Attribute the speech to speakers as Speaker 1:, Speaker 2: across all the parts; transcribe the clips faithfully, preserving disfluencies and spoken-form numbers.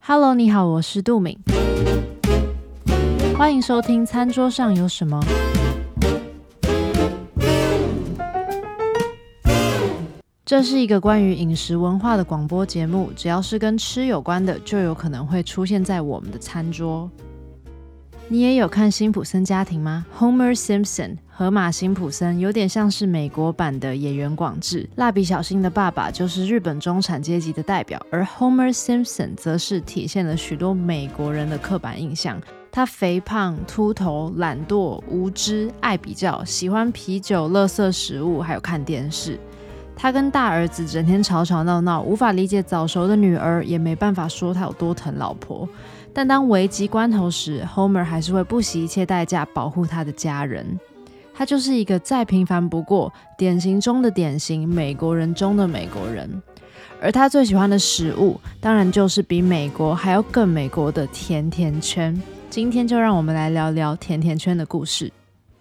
Speaker 1: Hello， 你好，我是杜敏，欢迎收听餐桌上有什么。这是一个关于饮食文化的广播节目，只要是跟吃有关的，就有可能会出现在我们的餐桌。你也有看辛普森家庭吗？ Homer Simpson 河马辛普森有点像是美国版的野原广志，蜡笔小新的爸爸就是日本中产阶级的代表，而 Homer Simpson 则是体现了许多美国人的刻板印象。他肥胖、秃头、懒惰、无知、爱比较，喜欢啤酒、垃圾食物，还有看电视。他跟大儿子整天吵吵闹闹，无法理解早熟的女儿，也没办法说他有多疼老婆。但当危急关头时 Homer 还是会不惜一切代价保护他的家人。他就是一个再平凡不过，典型中的典型，美国人中的美国人。而他最喜欢的食物当然就是比美国还要更美国的甜甜圈。今天就让我们来聊聊甜甜圈的故事。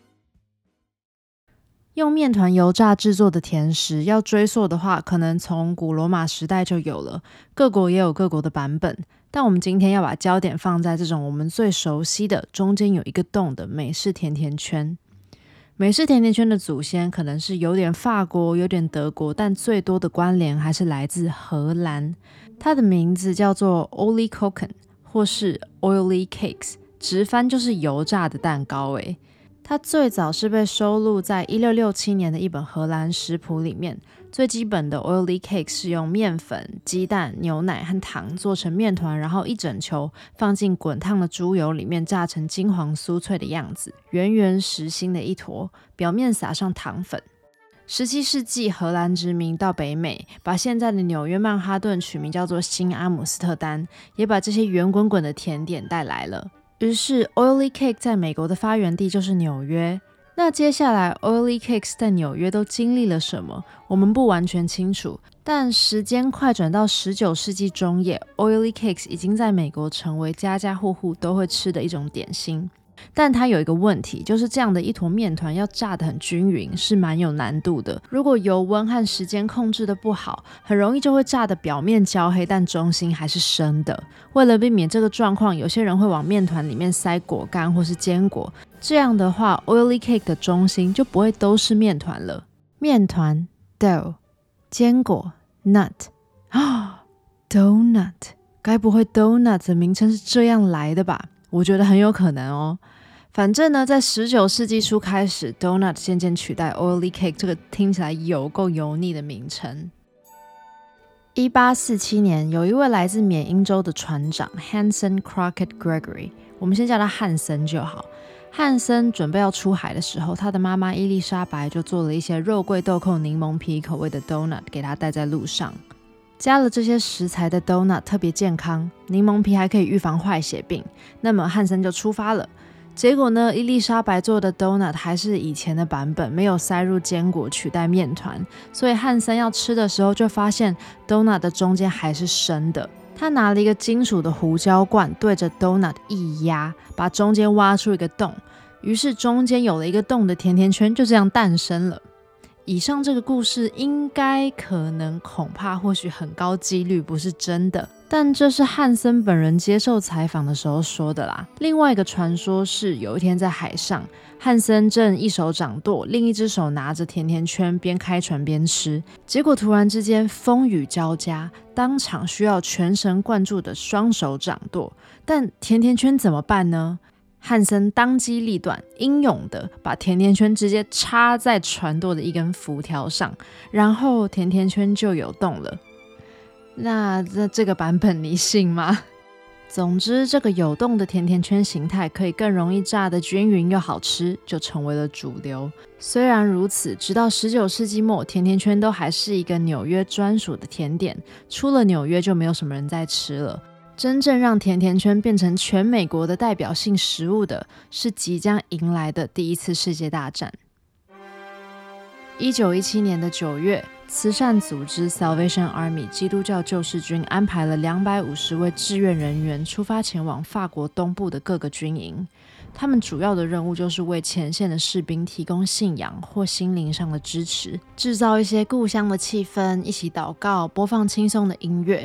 Speaker 1: 用面团油炸制作的甜食，要追溯的话，可能从古罗马时代就有了，各国也有各国的版本。但我们今天要把焦点放在这种我们最熟悉的中间有一个洞的美式甜甜圈。美式甜甜圈的祖先可能是有点法国，有点德国，但最多的关联还是来自荷兰。它的名字叫做 Olykoeken 或是 Oily Cakes， 直翻就是油炸的蛋糕耶。它最早是被收录在一六六七年的一本荷兰食谱里面。最基本的 oily cake 是用面粉、鸡蛋、牛奶和糖做成面团，然后一整球放进滚烫的猪油里面炸成金黄酥脆的样子，圆圆实心的一坨，表面撒上糖粉。十七世纪荷兰殖民到北美，把现在的纽约曼哈顿取名叫做新阿姆斯特丹，也把这些圆滚滚的甜点带来了。于是 oily cake 在美国的发源地就是纽约。那接下来 Oily Cakes 在纽约都经历了什么？我们不完全清楚，但时间快转到十九世纪中叶， Oily Cakes 已经在美国成为家家户户都会吃的一种点心。但它有一个问题，就是这样的一坨面团要炸得很均匀是蛮有难度的。如果油温和时间控制得不好，很容易就会炸得表面焦黑，但中心还是生的。为了避免这个状况，有些人会往面团里面塞果干或是坚果，这样的话 Oily Cake 的中心就不会都是面团了。面团 dough， 坚果 nut， 啊 donut， 该不会 donut 的名称是这样来的吧？我觉得很有可能哦。反正呢，在十九世纪初开始 donut 渐渐取代 oily cake 这个听起来有够油腻的名称。一八四七年，有一位来自缅因州的船长 Hanson Crockett Gregory， 我们先叫他汉森就好。汉森准备要出海的时候，他的妈妈伊丽莎白就做了一些肉桂豆蔻柠檬皮口味的 donut 给他带在路上。加了这些食材的 donut 特别健康，柠檬皮还可以预防坏血病。那么汉森就出发了。结果呢，伊丽莎白做的 donut 还是以前的版本，没有塞入坚果取代面团，所以汉森要吃的时候就发现 donut 的中间还是生的。他拿了一个金属的胡椒罐对着 donut 一压，把中间挖出一个洞，于是中间有了一个洞的甜甜圈就这样诞生了。以上这个故事应该可能恐怕或许很高几率不是真的，但这是汉森本人接受采访的时候说的啦。另外一个传说是有一天在海上，汉森正一手掌舵，另一只手拿着甜甜圈边开船边吃，结果突然之间风雨交加，当场需要全神贯注的双手掌舵，但甜甜圈怎么办呢？汉森当机立断，英勇的把甜甜圈直接插在船舵的一根浮条上，然后甜甜圈就有动了。那这这个版本你信吗？总之，这个有动的甜甜圈形态可以更容易炸得均匀又好吃，就成为了主流。虽然如此，直到十九世纪末，甜甜圈都还是一个纽约专属的甜点，出了纽约就没有什么人在吃了。真正让甜甜圈变成全美国的代表性食物的是即将迎来的第一次世界大战。一九一七年的九月，慈善组织 Salvation Army 基督教救世军安排了两百五十位志愿人员出发前往法国东部的各个军营。他们主要的任务就是为前线的士兵提供信仰或心灵上的支持，制造一些故乡的气氛，一起祷告，播放轻松的音乐。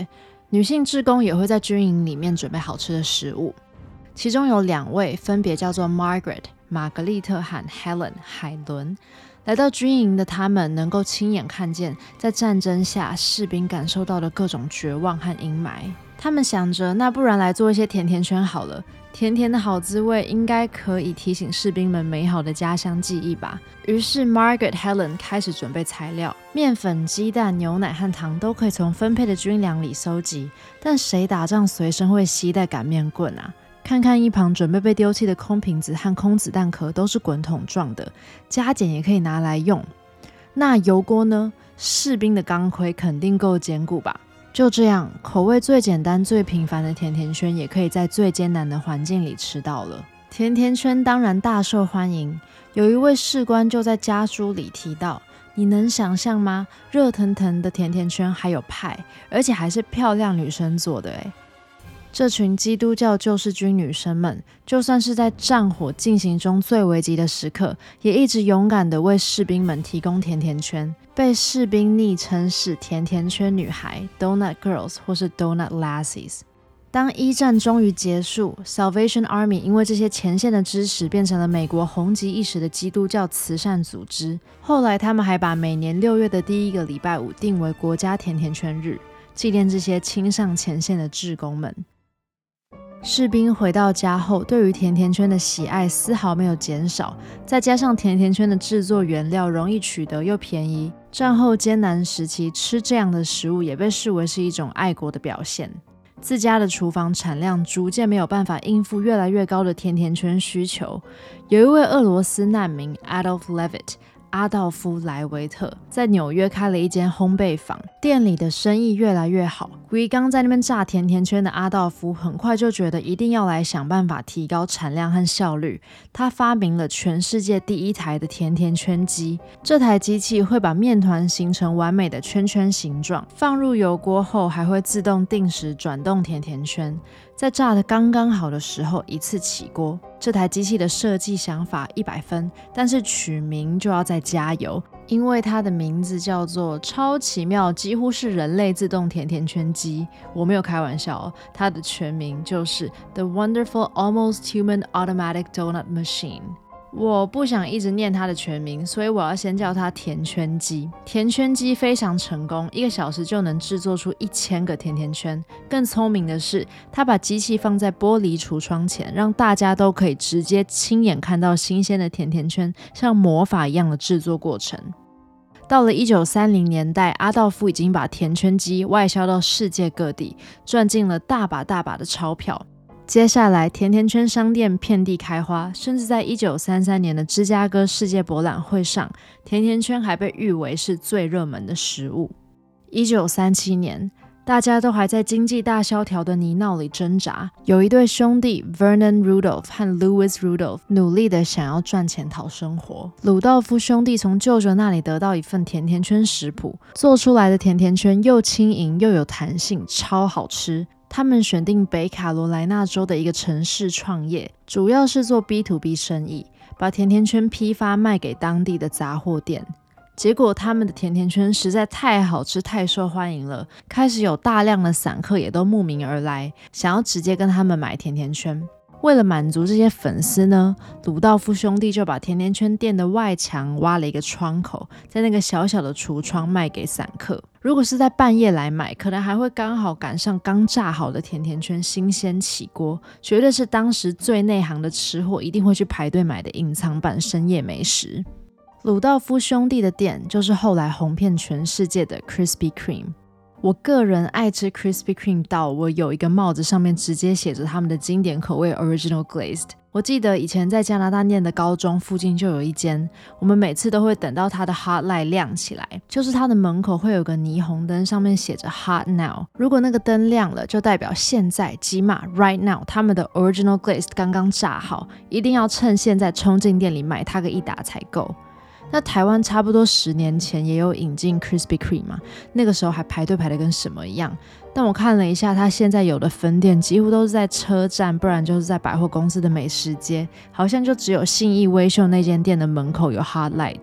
Speaker 1: 女性志工也会在军营里面准备好吃的食物，其中有两位分别叫做 Margaret 玛格丽特和 Helen 海伦。来到军营的他们能够亲眼看见在战争下士兵感受到的各种绝望和阴霾。他们想着，那不然来做一些甜甜圈好了，甜甜的好滋味应该可以提醒士兵们美好的家乡记忆吧。于是 Margaret Helen 开始准备材料，面粉、鸡蛋、牛奶和糖都可以从分配的军粮里搜集，但谁打仗随身会携带擀面棍啊？看看一旁准备被丢弃的空瓶子和空子弹壳都是滚筒状的，加减也可以拿来用。那油锅呢？士兵的钢盔肯定够坚固吧。就这样，口味最简单最平凡的甜甜圈也可以在最艰难的环境里吃到了。甜甜圈当然大受欢迎，有一位士官就在家书里提到，你能想象吗？热腾腾的甜甜圈还有派，而且还是漂亮女生做的耶。这群基督教救世军女生们，就算是在战火进行中最危急的时刻，也一直勇敢地为士兵们提供甜甜圈，被士兵昵称是甜甜圈女孩 Donut Girls 或是 Donut Lassies。 当一战终于结束， Salvation Army 因为这些前线的支持变成了美国红极一时的基督教慈善组织。后来他们还把每年六月的第一个礼拜五定为国家甜甜圈日，纪念这些亲上前线的志工们。士兵回到家后，对于甜甜圈的喜爱丝毫没有减少，再加上甜甜圈的制作原料容易取得又便宜，战后艰难时期吃这样的食物也被视为是一种爱国的表现。自家的厨房产量逐渐没有办法应付越来越高的甜甜圈需求，有一位俄罗斯难民 Adolf Levitt阿道夫·莱维特在纽约开了一间烘焙坊，店里的生意越来越好。龟刚在那边炸甜甜圈的阿道夫很快就觉得一定要来想办法提高产量和效率。他发明了全世界第一台的甜甜圈机，这台机器会把面团形成完美的圈圈形状，放入油锅后还会自动定时转动甜甜圈，在炸得刚刚好的时候一次起锅。这台机器的设计想法一百分，但是取名就要再加油，因为它的名字叫做超奇妙几乎是人类自动甜甜圈机。我没有开玩笑哦，它的全名就是 The Wonderful Almost Human Automatic Donut Machine。我不想一直念它的全名，所以我要先叫它甜圈机。甜圈机非常成功，一个小时就能制作出一千个甜甜圈。更聪明的是，它把机器放在玻璃橱窗前，让大家都可以直接亲眼看到新鲜的甜甜圈像魔法一样的制作过程。到了一九三零年代，阿道夫已经把甜圈机外销到世界各地，赚进了大把大把的钞票。接下来，甜甜圈商店遍地开花，甚至在一九三三年的芝加哥世界博览会上，甜甜圈还被誉为是最热门的食物。一九三七年，大家都还在经济大萧条的泥淖里挣扎，有一对兄弟 Vernon Rudolph 和 Louis Rudolph 努力的想要赚钱讨生活。鲁道夫兄弟从舅舅那里得到一份甜甜圈食谱，做出来的甜甜圈又轻盈又有弹性，超好吃。他们选定北卡罗来纳州的一个城市创业，主要是做 B to B 生意，把甜甜圈批发卖给当地的杂货店。结果他们的甜甜圈实在太好吃太受欢迎了，开始有大量的散客也都慕名而来，想要直接跟他们买甜甜圈。为了满足这些粉丝呢，鲁道夫兄弟就把甜甜圈店的外墙挖了一个窗口，在那个小小的橱窗卖给散客。如果是在半夜来买，可能还会刚好赶上刚炸好的甜甜圈新鲜起锅，绝对是当时最内行的吃货一定会去排队买的隐藏版深夜美食。鲁道夫兄弟的店就是后来红遍全世界的 Krispy Kreme。我个人爱吃 Krispy Kreme 到我有一个帽子上面直接写着他们的经典口味 Original Glazed。 我记得以前在加拿大念的高中附近就有一间，我们每次都会等到它的 Hot Light 亮起来，就是它的门口会有个霓虹灯，上面写着 Hot Now。 如果那个灯亮了，就代表现在起码 Right Now 他们的 Original Glazed 刚刚炸好，一定要趁现在冲进店里买它个一打才够。那台湾差不多十年前也有引进 Krispy Kreme 嘛，那个时候还排队排得跟什么一样。但我看了一下，它现在有的分店几乎都是在车站，不然就是在百货公司的美食街，好像就只有信义威秀那间店的门口有 Hot Light。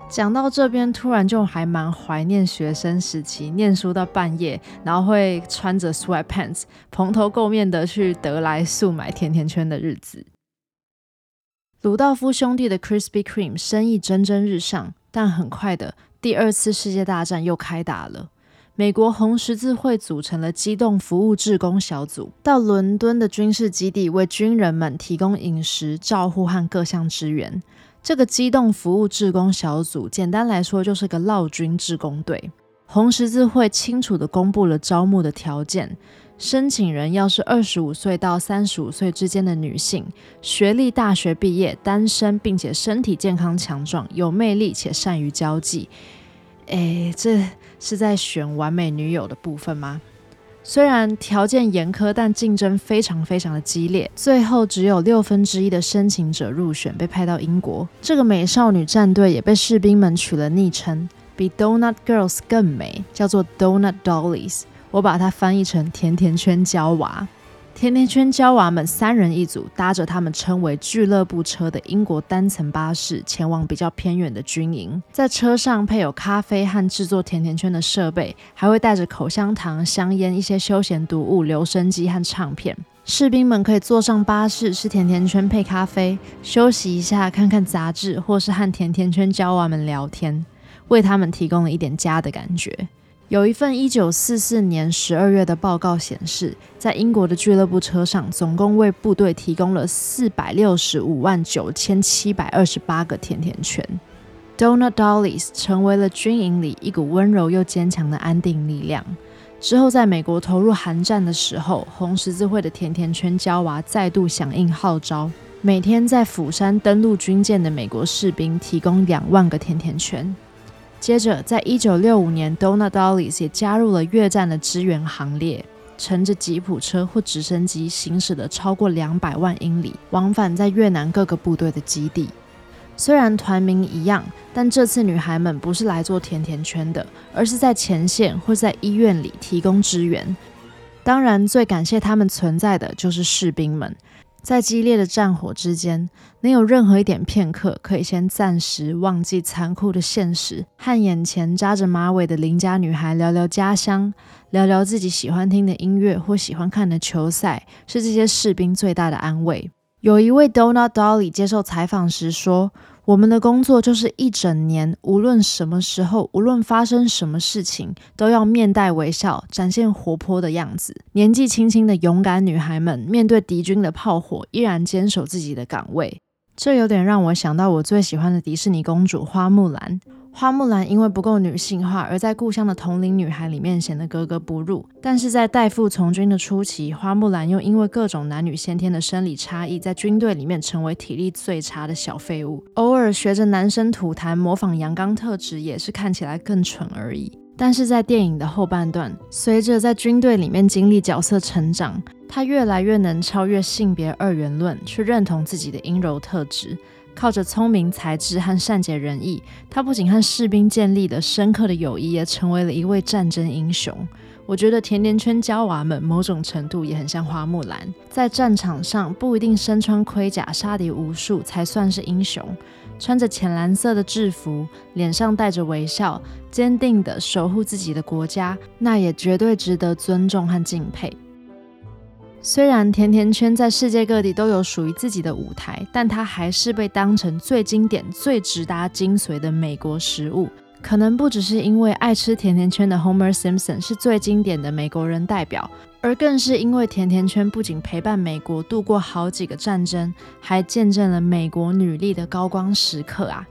Speaker 1: 讲到这边，突然就还蛮怀念学生时期念书到半夜，然后会穿着 sweatpants 蓬头垢面的去得来速买甜甜圈的日子。鲁道夫兄弟的 Krispy Kreme 生意蒸蒸日上，但很快的，第二次世界大战又开打了。美国红十字会组成了机动服务志工小组，到伦敦的军事基地为军人们提供饮食、照护和各项支援。这个机动服务志工小组，简单来说就是个劳军志工队。红十字会清楚地公布了招募的条件，申请人要是二十五岁到三十五岁之间的女性，学历大学毕业，单身，并且身体健康强壮，有魅力且善于交际。诶，这是在选完美女友的部分吗？虽然条件严苛，但竞争非常非常的激烈，最后只有六分之一的申请者入选，被派到英国。这个美少女战队也被士兵们取了昵称，比 Donut Girls 更美，叫做 Donut Dollies。我把它翻译成甜甜圈娇娃。甜甜圈娇娃们三人一组，搭着他们称为俱乐部车的英国单层巴士，前往比较偏远的军营。在车上配有咖啡和制作甜甜圈的设备，还会带着口香糖、香烟、一些休闲读物、留声机和唱片。士兵们可以坐上巴士，吃甜甜圈配咖啡，休息一下，看看杂志，或是和甜甜圈娇娃们聊天，为他们提供了一点家的感觉。有一份一九四四年十二月的报告显示，在英国的俱乐部车上，总共为部队提供了四百六十五万九千七百二十八个甜甜圈。Donut Dollies 成为了军营里一股温柔又坚强的安定力量。之后，在美国投入韩战的时候，红十字会的甜甜圈娇娃再度响应号召，每天在釜山登陆军舰的美国士兵提供两万个甜甜圈。接着，在一九六五年 Donut Dollies 也加入了越战的支援行列，乘着吉普车或直升机行驶了超过两百万英里，往返在越南各个部队的基地。虽然团名一样，但这次女孩们不是来做甜甜圈的，而是在前线或在医院里提供支援。当然，最感谢他们存在的就是士兵们。在激烈的战火之间，能有任何一点片刻可以先暂时忘记残酷的现实，和眼前扎着马尾的邻家女孩聊聊家乡，聊聊自己喜欢听的音乐或喜欢看的球赛，是这些士兵最大的安慰。有一位 Donut Dolly 接受采访时说，我们的工作就是一整年，无论什么时候，无论发生什么事情，都要面带微笑，展现活泼的样子。年纪轻轻的勇敢女孩们，面对敌军的炮火，依然坚守自己的岗位。这有点让我想到我最喜欢的迪士尼公主花木兰。花木兰因为不够女性化，而在故乡的同龄女孩里面显得格格不入。但是在代父从军的初期，花木兰又因为各种男女先天的生理差异，在军队里面成为体力最差的小废物。偶尔学着男生吐痰，模仿阳刚特质，也是看起来更蠢而已。但是在电影的后半段，随着在军队里面经历角色成长，她越来越能超越性别二元论，去认同自己的阴柔特质。靠着聪明才智和善解人意，他不仅和士兵建立了深刻的友谊，也成为了一位战争英雄。我觉得甜甜圈娇娃们某种程度也很像花木兰，在战场上不一定身穿盔甲杀敌无数才算是英雄，穿着浅蓝色的制服，脸上带着微笑，坚定地守护自己的国家，那也绝对值得尊重和敬佩。虽然甜甜圈在世界各地都有属于自己的舞台，但它还是被当成最经典、最直达精髓的美国食物。可能不只是因为爱吃甜甜圈的 Homer Simpson 是最经典的美国人代表，而更是因为甜甜圈不仅陪伴美国度过好几个战争，还见证了美国女力的高光时刻啊！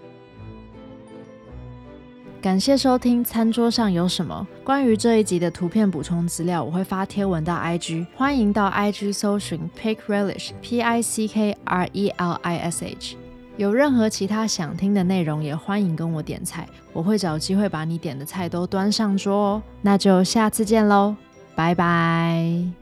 Speaker 1: 感谢收听餐桌上有什么。关于这一集的图片补充资料，我会发贴文到 I G， 欢迎到 I G 搜寻 Pick Relish P I C K R E L I S H。 有任何其他想听的内容，也欢迎跟我点菜，我会找机会把你点的菜都端上桌哦。那就下次见咯，拜拜。